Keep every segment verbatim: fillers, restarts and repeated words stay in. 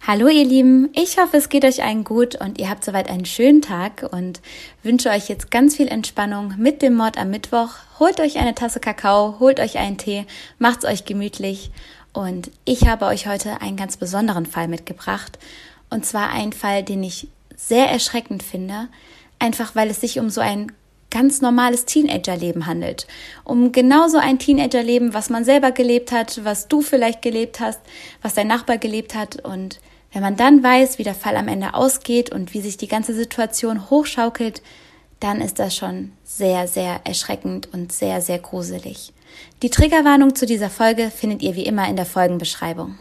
Hallo ihr Lieben, ich hoffe es geht euch allen gut und ihr habt soweit einen schönen Tag und wünsche euch jetzt ganz viel Entspannung mit dem Mord am Mittwoch. Holt euch eine Tasse Kakao, holt euch einen Tee, macht's euch gemütlich und ich habe euch heute einen ganz besonderen Fall mitgebracht und zwar einen Fall, den ich sehr erschreckend finde, einfach weil es sich um so ein ganz normales Teenagerleben handelt. Um genauso ein Teenagerleben, was man selber gelebt hat, was du vielleicht gelebt hast, was dein Nachbar gelebt hat. Und wenn man dann weiß, wie der Fall am Ende ausgeht und wie sich die ganze Situation hochschaukelt, dann ist das schon sehr, sehr erschreckend und sehr, sehr gruselig. Die Triggerwarnung zu dieser Folge findet ihr wie immer in der Folgenbeschreibung.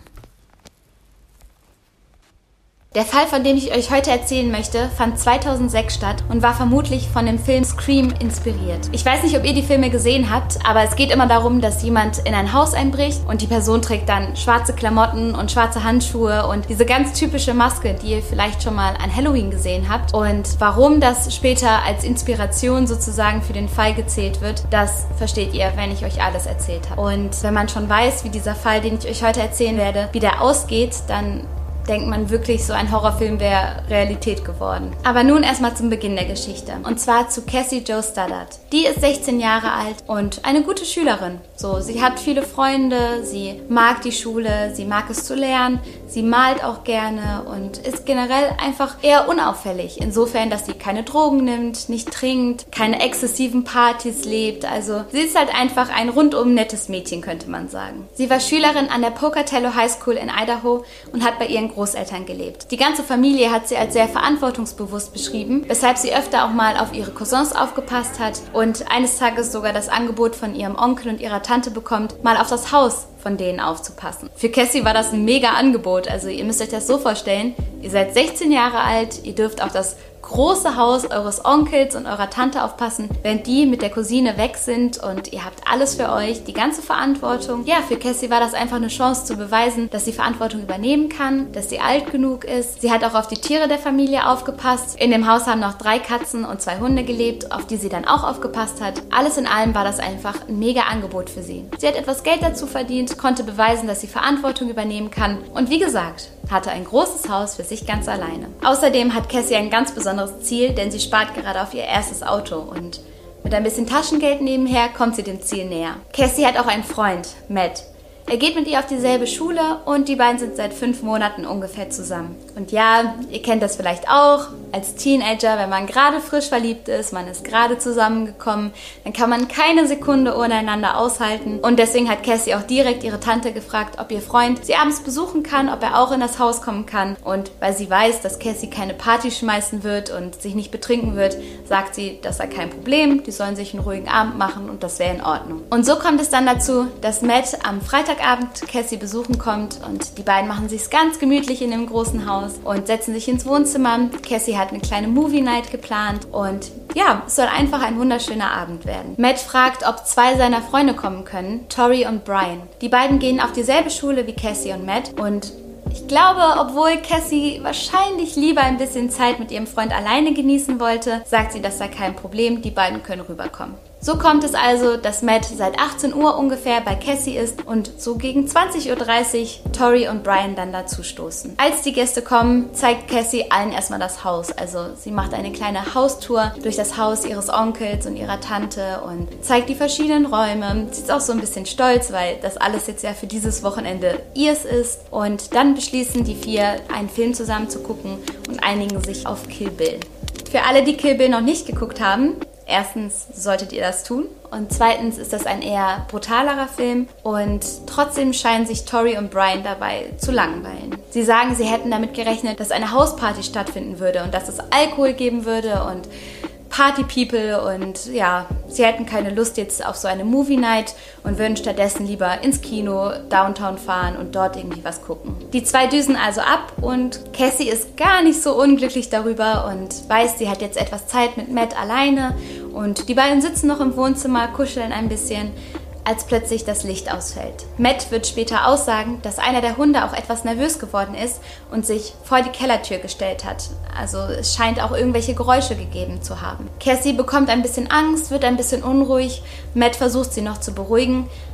Der Fall, von dem ich euch heute erzählen möchte, fand zweitausendsechs statt und war vermutlich von dem Film Scream inspiriert. Ich weiß nicht, ob ihr die Filme gesehen habt, aber es geht immer darum, dass jemand in ein Haus einbricht und die Person trägt dann schwarze Klamotten und schwarze Handschuhe und diese ganz typische Maske, die ihr vielleicht schon mal an Halloween gesehen habt. Und warum das später als Inspiration sozusagen für den Fall gezählt wird, das versteht ihr, wenn ich euch alles erzählt habe. Und wenn man schon weiß, wie dieser Fall, den ich euch heute erzählen werde, wie der ausgeht, dann denkt man wirklich, so ein Horrorfilm wäre Realität geworden. Aber nun erstmal zum Beginn der Geschichte. Und zwar zu Cassie Jo Stoddard. Die ist sechzehn Jahre alt und eine gute Schülerin. So, sie hat viele Freunde, sie mag die Schule, sie mag es zu lernen, sie malt auch gerne und ist generell einfach eher unauffällig. Insofern, dass sie keine Drogen nimmt, nicht trinkt, keine exzessiven Partys lebt. Also sie ist halt einfach ein rundum nettes Mädchen, könnte man sagen. Sie war Schülerin an der Pocatello High School in Idaho und hat bei ihren Großeltern gelebt. Die ganze Familie hat sie als sehr verantwortungsbewusst beschrieben, weshalb sie öfter auch mal auf ihre Cousins aufgepasst hat und eines Tages sogar das Angebot von ihrem Onkel und ihrer Tante bekommt, mal auf das Haus von denen aufzupassen. Für Cassie war das ein mega Angebot, also ihr müsst euch das so vorstellen, ihr seid sechzehn Jahre alt, ihr dürft auf das große Haus eures Onkels und eurer Tante aufpassen, während die mit der Cousine weg sind und ihr habt alles für euch, die ganze Verantwortung. Ja, für Cassie war das einfach eine Chance zu beweisen, dass sie Verantwortung übernehmen kann, dass sie alt genug ist. Sie hat auch auf die Tiere der Familie aufgepasst. In dem Haus haben noch drei Katzen und zwei Hunde gelebt, auf die sie dann auch aufgepasst hat. Alles in allem war das einfach ein mega Angebot für sie. Sie hat etwas Geld dazu verdient, konnte beweisen, dass sie Verantwortung übernehmen kann und wie gesagt, hatte ein großes Haus für sich ganz alleine. Außerdem hat Cassie ein ganz besonderes Ziel, denn sie spart gerade auf ihr erstes Auto und mit ein bisschen Taschengeld nebenher kommt sie dem Ziel näher. Cassie hat auch einen Freund, Matt. Er geht mit ihr auf dieselbe Schule und die beiden sind seit fünf Monaten ungefähr zusammen. Und ja, ihr kennt das vielleicht auch, als Teenager, wenn man gerade frisch verliebt ist, man ist gerade zusammengekommen, dann kann man keine Sekunde ohne einander aushalten. Und deswegen hat Cassie auch direkt ihre Tante gefragt, ob ihr Freund sie abends besuchen kann, ob er auch in das Haus kommen kann. Und weil sie weiß, dass Cassie keine Party schmeißen wird und sich nicht betrinken wird, sagt sie, das sei kein Problem, die sollen sich einen ruhigen Abend machen und das wäre in Ordnung. Und so kommt es dann dazu, dass Matt am Freitagabend Cassie besuchen kommt und die beiden machen sich's ganz gemütlich in dem großen Haus und setzen sich ins Wohnzimmer. Cassie hat eine kleine Movie-Night geplant und ja, es soll einfach ein wunderschöner Abend werden. Matt fragt, ob zwei seiner Freunde kommen können, Tori und Brian. Die beiden gehen auf dieselbe Schule wie Cassie und Matt und ich glaube, obwohl Cassie wahrscheinlich lieber ein bisschen Zeit mit ihrem Freund alleine genießen wollte, sagt sie, das sei kein Problem, die beiden können rüberkommen. So kommt es also, dass Matt seit achtzehn Uhr ungefähr bei Cassie ist und so gegen zwanzig Uhr dreißig Tori und Brian dann dazu stoßen. Als die Gäste kommen, zeigt Cassie allen erstmal das Haus. Also sie macht eine kleine Haustour durch das Haus ihres Onkels und ihrer Tante und zeigt die verschiedenen Räume. Sie ist auch so ein bisschen stolz, weil das alles jetzt ja für dieses Wochenende ihrs ist. Und dann beschließen die vier, einen Film zusammen zu gucken und einigen sich auf Kill Bill. Für alle, die Kill Bill noch nicht geguckt haben, erstens solltet ihr das tun und zweitens ist das ein eher brutalerer Film und trotzdem scheinen sich Tori und Brian dabei zu langweilen. Sie sagen, sie hätten damit gerechnet, dass eine Hausparty stattfinden würde und dass es Alkohol geben würde und Party People und ja, sie hätten keine Lust jetzt auf so eine Movie Night und würden stattdessen lieber ins Kino, Downtown fahren und dort irgendwie was gucken. Die zwei düsen also ab und Cassie ist gar nicht so unglücklich darüber und weiß, sie hat jetzt etwas Zeit mit Matt alleine und die beiden sitzen noch im Wohnzimmer, kuscheln ein bisschen, als plötzlich das Licht ausfällt. Matt wird später aussagen, dass einer der Hunde auch etwas nervös geworden ist und sich vor die Kellertür gestellt hat. Also es scheint auch irgendwelche Geräusche gegeben zu haben. Cassie bekommt ein bisschen Angst, wird ein bisschen unruhig. Matt versucht sie noch zu beruhigen,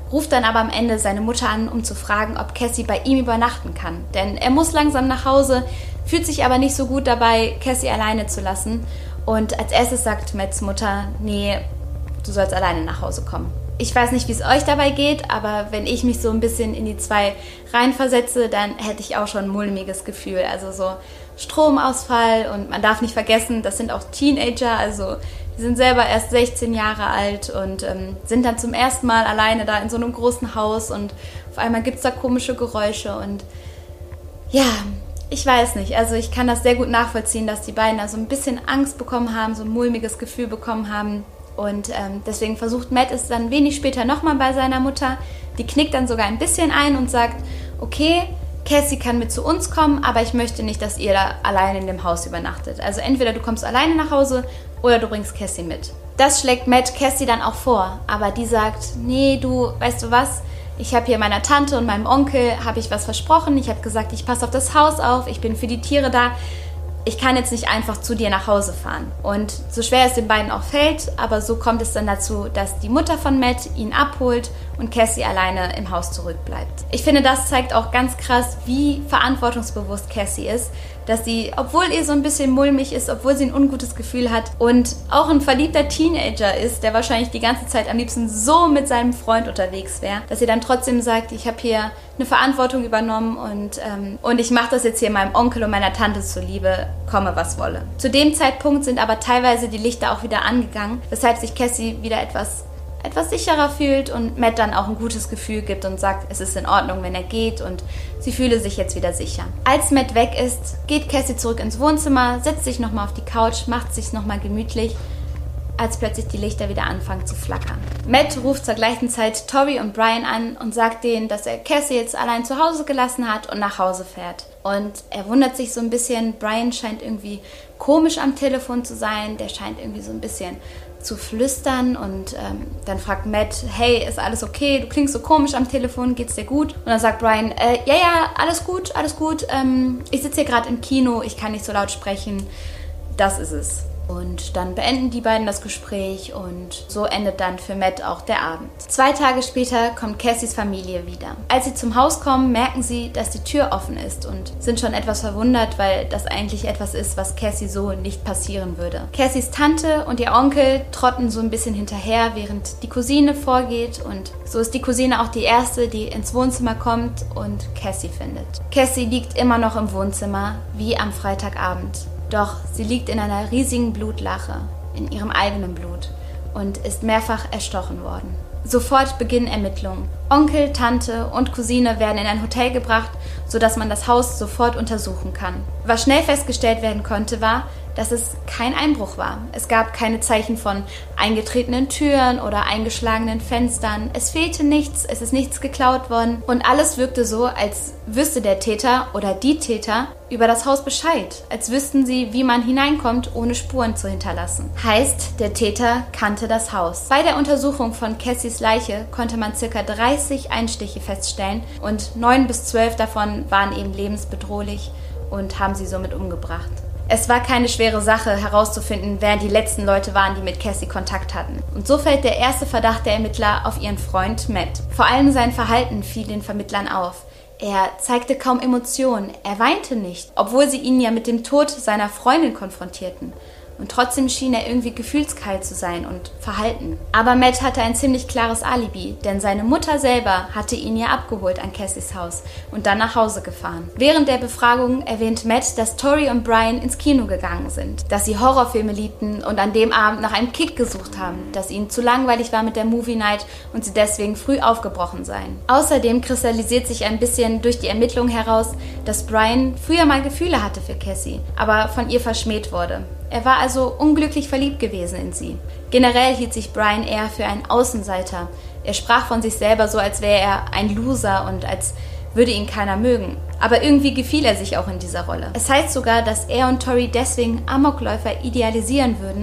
ruft dann aber am Ende seine Mutter an, um zu fragen, ob Cassie bei ihm übernachten kann. Denn er muss langsam nach Hause, fühlt sich aber nicht so gut dabei, Cassie alleine zu lassen. Und als erstes sagt Matts Mutter, nee, du sollst alleine nach Hause kommen. Ich weiß nicht, wie es euch dabei geht, aber wenn ich mich so ein bisschen in die zwei reinversetze, dann hätte ich auch schon ein mulmiges Gefühl. Also so Stromausfall und man darf nicht vergessen, das sind auch Teenager, also die sind selber erst sechzehn Jahre alt und ähm, sind dann zum ersten Mal alleine da in so einem großen Haus und auf einmal gibt es da komische Geräusche und ja, ich weiß nicht. Also ich kann das sehr gut nachvollziehen, dass die beiden da so ein bisschen Angst bekommen haben, so ein mulmiges Gefühl bekommen haben. Und ähm, deswegen versucht Matt es dann wenig später nochmal bei seiner Mutter. Die knickt dann sogar ein bisschen ein und sagt, okay, Cassie kann mit zu uns kommen, aber ich möchte nicht, dass ihr da alleine in dem Haus übernachtet. Also entweder du kommst alleine nach Hause oder du bringst Cassie mit. Das schlägt Matt Cassie dann auch vor, aber die sagt, nee, du, weißt du was, ich habe hier meiner Tante und meinem Onkel, habe ich was versprochen. Ich habe gesagt, ich passe auf das Haus auf, ich bin für die Tiere da. Ich kann jetzt nicht einfach zu dir nach Hause fahren. Und so schwer es den beiden auch fällt, aber so kommt es dann dazu, dass die Mutter von Matt ihn abholt und Cassie alleine im Haus zurückbleibt. Ich finde, das zeigt auch ganz krass, wie verantwortungsbewusst Cassie ist, dass sie, obwohl ihr so ein bisschen mulmig ist, obwohl sie ein ungutes Gefühl hat und auch ein verliebter Teenager ist, der wahrscheinlich die ganze Zeit am liebsten so mit seinem Freund unterwegs wäre, dass sie dann trotzdem sagt, ich habe hier eine Verantwortung übernommen und, ähm, und ich mache das jetzt hier meinem Onkel und meiner Tante zuliebe, komme was wolle. Zu dem Zeitpunkt sind aber teilweise die Lichter auch wieder angegangen, weshalb sich Cassie wieder etwas etwas sicherer fühlt und Matt dann auch ein gutes Gefühl gibt und sagt, es ist in Ordnung, wenn er geht und sie fühle sich jetzt wieder sicher. Als Matt weg ist, geht Cassie zurück ins Wohnzimmer, setzt sich nochmal auf die Couch, macht sich nochmal gemütlich, als plötzlich die Lichter wieder anfangen zu flackern. Matt ruft zur gleichen Zeit Tori und Brian an und sagt denen, dass er Cassie jetzt allein zu Hause gelassen hat und nach Hause fährt. Und er wundert sich so ein bisschen, Brian scheint irgendwie komisch am Telefon zu sein, der scheint irgendwie so ein bisschen zu flüstern und ähm, dann fragt Matt, hey, ist alles okay? Du klingst so komisch am Telefon, geht's dir gut? Und dann sagt Brian, äh, ja, ja, alles gut, alles gut. Ähm, ich sitze hier gerade im Kino, ich kann nicht so laut sprechen. Das ist es. Und dann beenden die beiden das Gespräch und so endet dann für Matt auch der Abend. Zwei Tage später kommt Cassies Familie wieder. Als sie zum Haus kommen, merken sie, dass die Tür offen ist und sind schon etwas verwundert, weil das eigentlich etwas ist, was Cassie so nicht passieren würde. Cassies Tante und ihr Onkel trotten so ein bisschen hinterher, während die Cousine vorgeht und so ist die Cousine auch die erste, die ins Wohnzimmer kommt und Cassie findet. Cassie liegt immer noch im Wohnzimmer, wie am Freitagabend. Doch sie liegt in einer riesigen Blutlache, in ihrem eigenen Blut und ist mehrfach erstochen worden. Sofort beginnen Ermittlungen. Onkel, Tante und Cousine werden in ein Hotel gebracht, sodass man das Haus sofort untersuchen kann. Was schnell festgestellt werden konnte, war, dass es kein Einbruch war. Es gab keine Zeichen von eingetretenen Türen oder eingeschlagenen Fenstern. Es fehlte nichts, es ist nichts geklaut worden und alles wirkte so, als wüsste der Täter oder die Täter über das Haus Bescheid, als wüssten sie, wie man hineinkommt, ohne Spuren zu hinterlassen. Heißt, der Täter kannte das Haus. Bei der Untersuchung von Cassies Leiche konnte man ca. dreißig Einstiche feststellen und neun bis zwölf davon waren eben lebensbedrohlich und haben sie somit umgebracht. Es war keine schwere Sache herauszufinden, wer die letzten Leute waren, die mit Cassie Kontakt hatten. Und so fällt der erste Verdacht der Ermittler auf ihren Freund Matt. Vor allem sein Verhalten fiel den Vermittlern auf. Er zeigte kaum Emotionen, er weinte nicht, obwohl sie ihn ja mit dem Tod seiner Freundin konfrontierten. Und trotzdem schien er irgendwie gefühlskalt zu sein und verhalten. Aber Matt hatte ein ziemlich klares Alibi, denn seine Mutter selber hatte ihn ja abgeholt an Cassies Haus und dann nach Hause gefahren. Während der Befragung erwähnt Matt, dass Tori und Brian ins Kino gegangen sind, dass sie Horrorfilme liebten und an dem Abend nach einem Kick gesucht haben, dass ihnen zu langweilig war mit der Movie Night und sie deswegen früh aufgebrochen seien. Außerdem kristallisiert sich ein bisschen durch die Ermittlung heraus, dass Brian früher mal Gefühle hatte für Cassie, aber von ihr verschmäht wurde. Er war also unglücklich verliebt gewesen in sie. Generell hielt sich Brian eher für einen Außenseiter. Er sprach von sich selber so, als wäre er ein Loser und als würde ihn keiner mögen. Aber irgendwie gefiel er sich auch in dieser Rolle. Es heißt sogar, dass er und Tori deswegen Amokläufer idealisieren würden,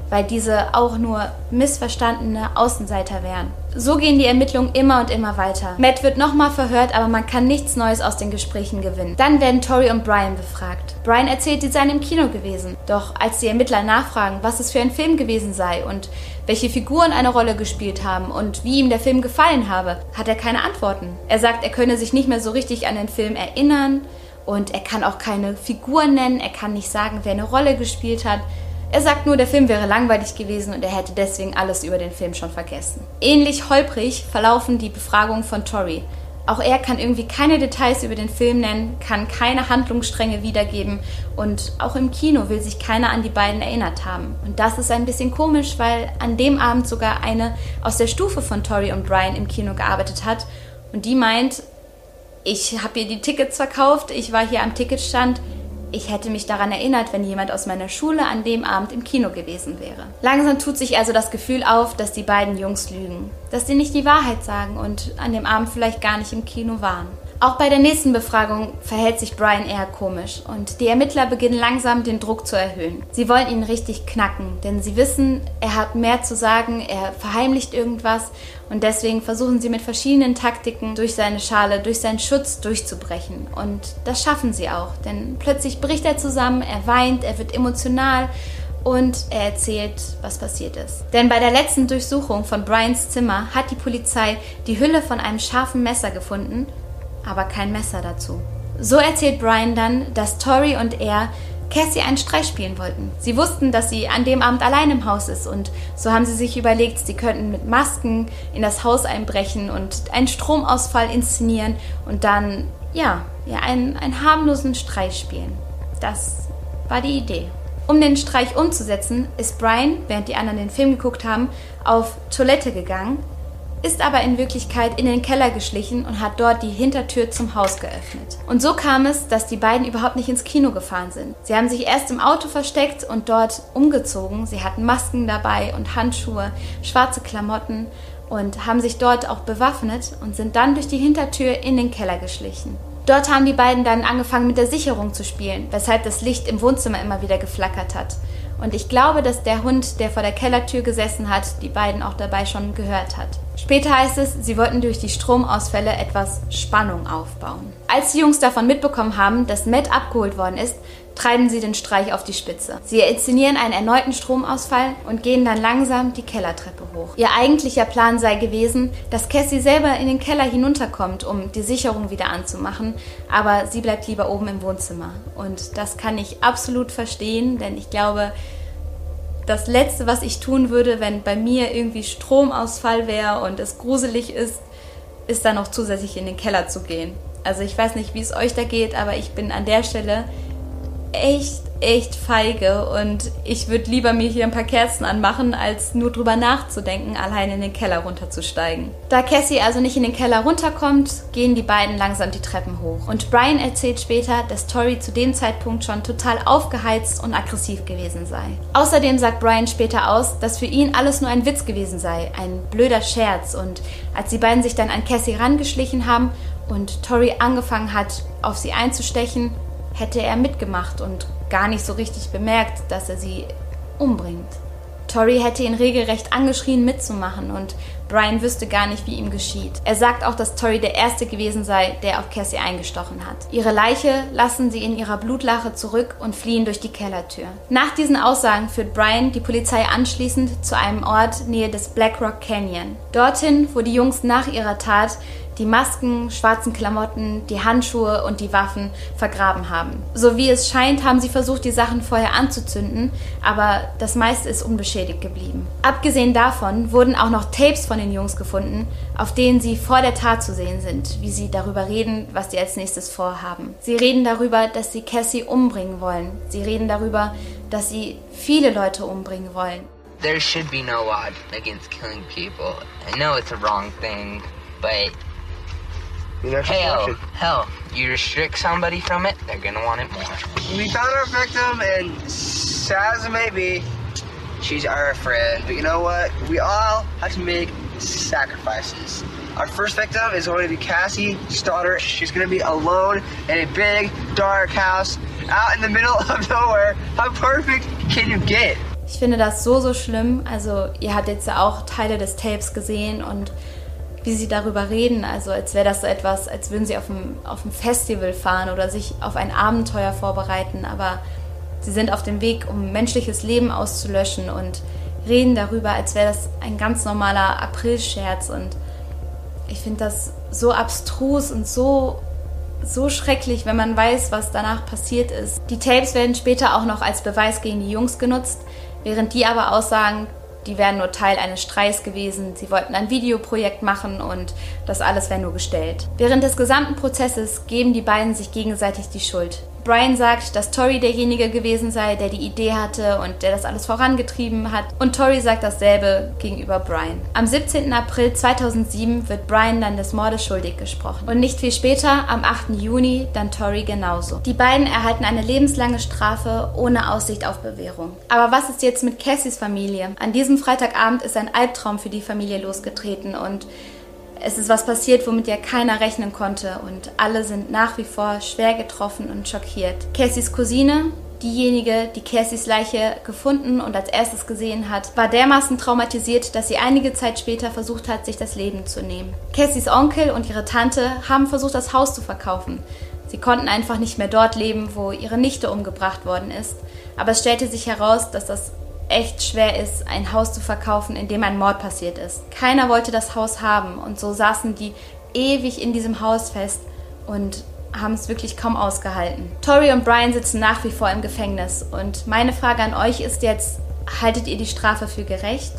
weil diese auch nur missverstandene Außenseiter wären. So gehen die Ermittlungen immer und immer weiter. Matt wird nochmal verhört, aber man kann nichts Neues aus den Gesprächen gewinnen. Dann werden Tori und Brian befragt. Brian erzählt, sie seien im Kino gewesen. Doch als die Ermittler nachfragen, was es für ein Film gewesen sei und welche Figuren eine Rolle gespielt haben und wie ihm der Film gefallen habe, hat er keine Antworten. Er sagt, er könne sich nicht mehr so richtig an den Film erinnern und er kann auch keine Figuren nennen, er kann nicht sagen, wer eine Rolle gespielt hat. Er sagt nur, der Film wäre langweilig gewesen und er hätte deswegen alles über den Film schon vergessen. Ähnlich holprig verlaufen die Befragungen von Tori. Auch er kann irgendwie keine Details über den Film nennen, kann keine Handlungsstränge wiedergeben und auch im Kino will sich keiner an die beiden erinnert haben. Und das ist ein bisschen komisch, weil an dem Abend sogar eine aus der Stufe von Tori und Brian im Kino gearbeitet hat und die meint, ich habe ihr die Tickets verkauft, ich war hier am Ticketstand, ich hätte mich daran erinnert, wenn jemand aus meiner Schule an dem Abend im Kino gewesen wäre. Langsam tut sich also das Gefühl auf, dass die beiden Jungs lügen. Dass sie nicht die Wahrheit sagen und an dem Abend vielleicht gar nicht im Kino waren. Auch bei der nächsten Befragung verhält sich Brian eher komisch und die Ermittler beginnen langsam den Druck zu erhöhen. Sie wollen ihn richtig knacken, denn sie wissen, er hat mehr zu sagen, er verheimlicht irgendwas und deswegen versuchen sie mit verschiedenen Taktiken durch seine Schale, durch seinen Schutz durchzubrechen. Und das schaffen sie auch, denn plötzlich bricht er zusammen, er weint, er wird emotional und er erzählt, was passiert ist. Denn bei der letzten Durchsuchung von Brians Zimmer hat die Polizei die Hülle von einem scharfen Messer gefunden, aber kein Messer dazu. So erzählt Brian dann, dass Tori und er Cassie einen Streich spielen wollten. Sie wussten, dass sie an dem Abend allein im Haus ist und so haben sie sich überlegt, sie könnten mit Masken in das Haus einbrechen und einen Stromausfall inszenieren und dann, ja, ja einen, einen harmlosen Streich spielen. Das war die Idee. Um den Streich umzusetzen, ist Brian, während die anderen den Film geguckt haben, auf Toilette gegangen, ist aber in Wirklichkeit in den Keller geschlichen und hat dort die Hintertür zum Haus geöffnet. Und so kam es, dass die beiden überhaupt nicht ins Kino gefahren sind. Sie haben sich erst im Auto versteckt und dort umgezogen. Sie hatten Masken dabei und Handschuhe, schwarze Klamotten und haben sich dort auch bewaffnet und sind dann durch die Hintertür in den Keller geschlichen. Dort haben die beiden dann angefangen mit der Sicherung zu spielen, weshalb das Licht im Wohnzimmer immer wieder geflackert hat. Und ich glaube, dass der Hund, der vor der Kellertür gesessen hat, die beiden auch dabei schon gehört hat. Später heißt es, sie wollten durch die Stromausfälle etwas Spannung aufbauen. Als die Jungs davon mitbekommen haben, dass Matt abgeholt worden ist, treiben sie den Streich auf die Spitze. Sie inszenieren einen erneuten Stromausfall und gehen dann langsam die Kellertreppe hoch. Ihr eigentlicher Plan sei gewesen, dass Cassie selber in den Keller hinunterkommt, um die Sicherung wieder anzumachen, aber sie bleibt lieber oben im Wohnzimmer. Und das kann ich absolut verstehen, denn ich glaube, das Letzte, was ich tun würde, wenn bei mir irgendwie Stromausfall wäre und es gruselig ist, ist dann noch zusätzlich in den Keller zu gehen. Also ich weiß nicht, wie es euch da geht, aber ich bin an der Stelle echt, echt feige und ich würde lieber mir hier ein paar Kerzen anmachen, als nur drüber nachzudenken, allein in den Keller runterzusteigen. Da Cassie also nicht in den Keller runterkommt, gehen die beiden langsam die Treppen hoch. Und Brian erzählt später, dass Tori zu dem Zeitpunkt schon total aufgeheizt und aggressiv gewesen sei. Außerdem sagt Brian später aus, dass für ihn alles nur ein Witz gewesen sei, ein blöder Scherz. Und als die beiden sich dann an Cassie rangeschlichen haben und Tori angefangen hat, auf sie einzustechen, hätte er mitgemacht und gar nicht so richtig bemerkt, dass er sie umbringt. Tori hätte ihn regelrecht angeschrien, mitzumachen und Brian wüsste gar nicht, wie ihm geschieht. Er sagt auch, dass Tori der Erste gewesen sei, der auf Cassie eingestochen hat. Ihre Leiche lassen sie in ihrer Blutlache zurück und fliehen durch die Kellertür. Nach diesen Aussagen führt Brian die Polizei anschließend zu einem Ort nähe des Black Rock Canyon. Dorthin, wo die Jungs nach ihrer Tat die Masken, schwarzen Klamotten, die Handschuhe und die Waffen vergraben haben. So wie es scheint, haben sie versucht, die Sachen vorher anzuzünden, aber das meiste ist unbeschädigt geblieben. Abgesehen davon wurden auch noch Tapes von den Jungs gefunden, auf denen sie vor der Tat zu sehen sind, wie sie darüber reden, was sie als nächstes vorhaben. Sie reden darüber, dass sie Cassie umbringen wollen. Sie reden darüber, dass sie viele Leute umbringen wollen. There should be no law against killing people. I know it's a wrong thing, but hell, hell, you restrict somebody from it, they're gonna want it more. We found our victim, and sad as it may be, she's our friend. But you know what? We all have to make sacrifices. Our first victim is going to be Cassie Stoddard. She's going to be alone in a big, dark house out in the middle of nowhere. How perfect can you get? Ich Ich finde das so, so schlimm. Also ihr habt jetzt ja auch Teile des Tapes gesehen und wie sie darüber reden, also als wäre das so etwas, als würden sie auf ein, auf ein Festival fahren oder sich auf ein Abenteuer vorbereiten, aber sie sind auf dem Weg, um menschliches Leben auszulöschen und reden darüber, als wäre das ein ganz normaler Aprilscherz. Und ich finde das so abstrus und so, so schrecklich, wenn man weiß, was danach passiert ist. Die Tapes werden später auch noch als Beweis gegen die Jungs genutzt, während die aber aussagen, die wären nur Teil eines Streits gewesen, sie wollten ein Videoprojekt machen und das alles wäre nur gestellt. Während des gesamten Prozesses geben die beiden sich gegenseitig die Schuld. Brian sagt, dass Tori derjenige gewesen sei, der die Idee hatte und der das alles vorangetrieben hat. Und Tori sagt dasselbe gegenüber Brian. Am siebzehnten April zweitausendsieben wird Brian dann des Mordes schuldig gesprochen. Und nicht viel später, am achten Juni, dann Tori genauso. Die beiden erhalten eine lebenslange Strafe ohne Aussicht auf Bewährung. Aber was ist jetzt mit Cassys Familie? An diesem Freitagabend ist ein Albtraum für die Familie losgetreten und es ist was passiert, womit ja keiner rechnen konnte und alle sind nach wie vor schwer getroffen und schockiert. Cassys Cousine, diejenige, die Cassys Leiche gefunden und als erstes gesehen hat, war dermaßen traumatisiert, dass sie einige Zeit später versucht hat, sich das Leben zu nehmen. Cassys Onkel und ihre Tante haben versucht, das Haus zu verkaufen. Sie konnten einfach nicht mehr dort leben, wo ihre Nichte umgebracht worden ist. Aber es stellte sich heraus, dass das echt schwer ist, ein Haus zu verkaufen, in dem ein Mord passiert ist. Keiner wollte das Haus haben und so saßen die ewig in diesem Haus fest und haben es wirklich kaum ausgehalten. Tori und Brian sitzen nach wie vor im Gefängnis und meine Frage an euch ist jetzt, haltet ihr die Strafe für gerecht?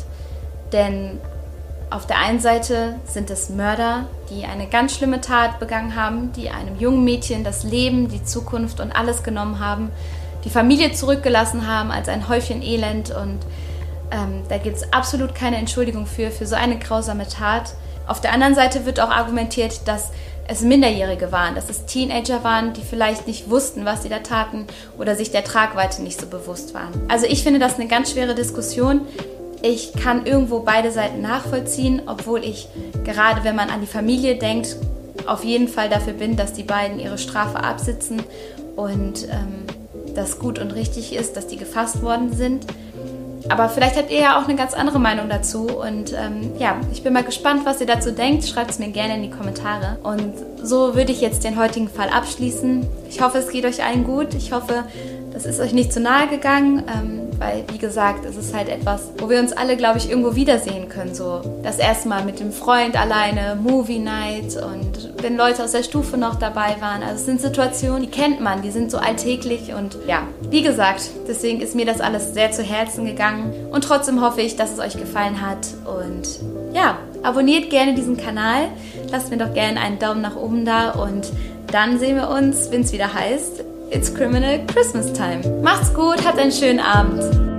Denn auf der einen Seite sind es Mörder, die eine ganz schlimme Tat begangen haben, die einem jungen Mädchen das Leben, die Zukunft und alles genommen haben, die Familie zurückgelassen haben als ein Häufchen Elend und ähm, da gibt es absolut keine Entschuldigung für, für so eine grausame Tat. Auf der anderen Seite wird auch argumentiert, dass es Minderjährige waren, dass es Teenager waren, die vielleicht nicht wussten, was sie da taten oder sich der Tragweite nicht so bewusst waren. Also ich finde das eine ganz schwere Diskussion. Ich kann irgendwo beide Seiten nachvollziehen, obwohl ich gerade, wenn man an die Familie denkt, auf jeden Fall dafür bin, dass die beiden ihre Strafe absitzen und ähm, das gut und richtig ist, dass die gefasst worden sind. Aber vielleicht habt ihr ja auch eine ganz andere Meinung dazu und ähm, ja, ich bin mal gespannt, was ihr dazu denkt. Schreibt es mir gerne in die Kommentare. Und so würde ich jetzt den heutigen Fall abschließen. Ich hoffe, es geht euch allen gut. Ich hoffe, das ist euch nicht zu nahe gegangen, ähm, weil, wie gesagt, es ist halt etwas, wo wir uns alle, glaube ich, irgendwo wiedersehen können. So das erste Mal mit dem Freund alleine, Movie Night und wenn Leute aus der Stufe noch dabei waren. Also es sind Situationen, die kennt man, die sind so alltäglich und ja, wie gesagt, deswegen ist mir das alles sehr zu Herzen gegangen und trotzdem hoffe ich, dass es euch gefallen hat und ja, abonniert gerne diesen Kanal, lasst mir doch gerne einen Daumen nach oben da und dann sehen wir uns, wenn es wieder heißt It's Criminal Christmas Time. Macht's gut, habt einen schönen Abend.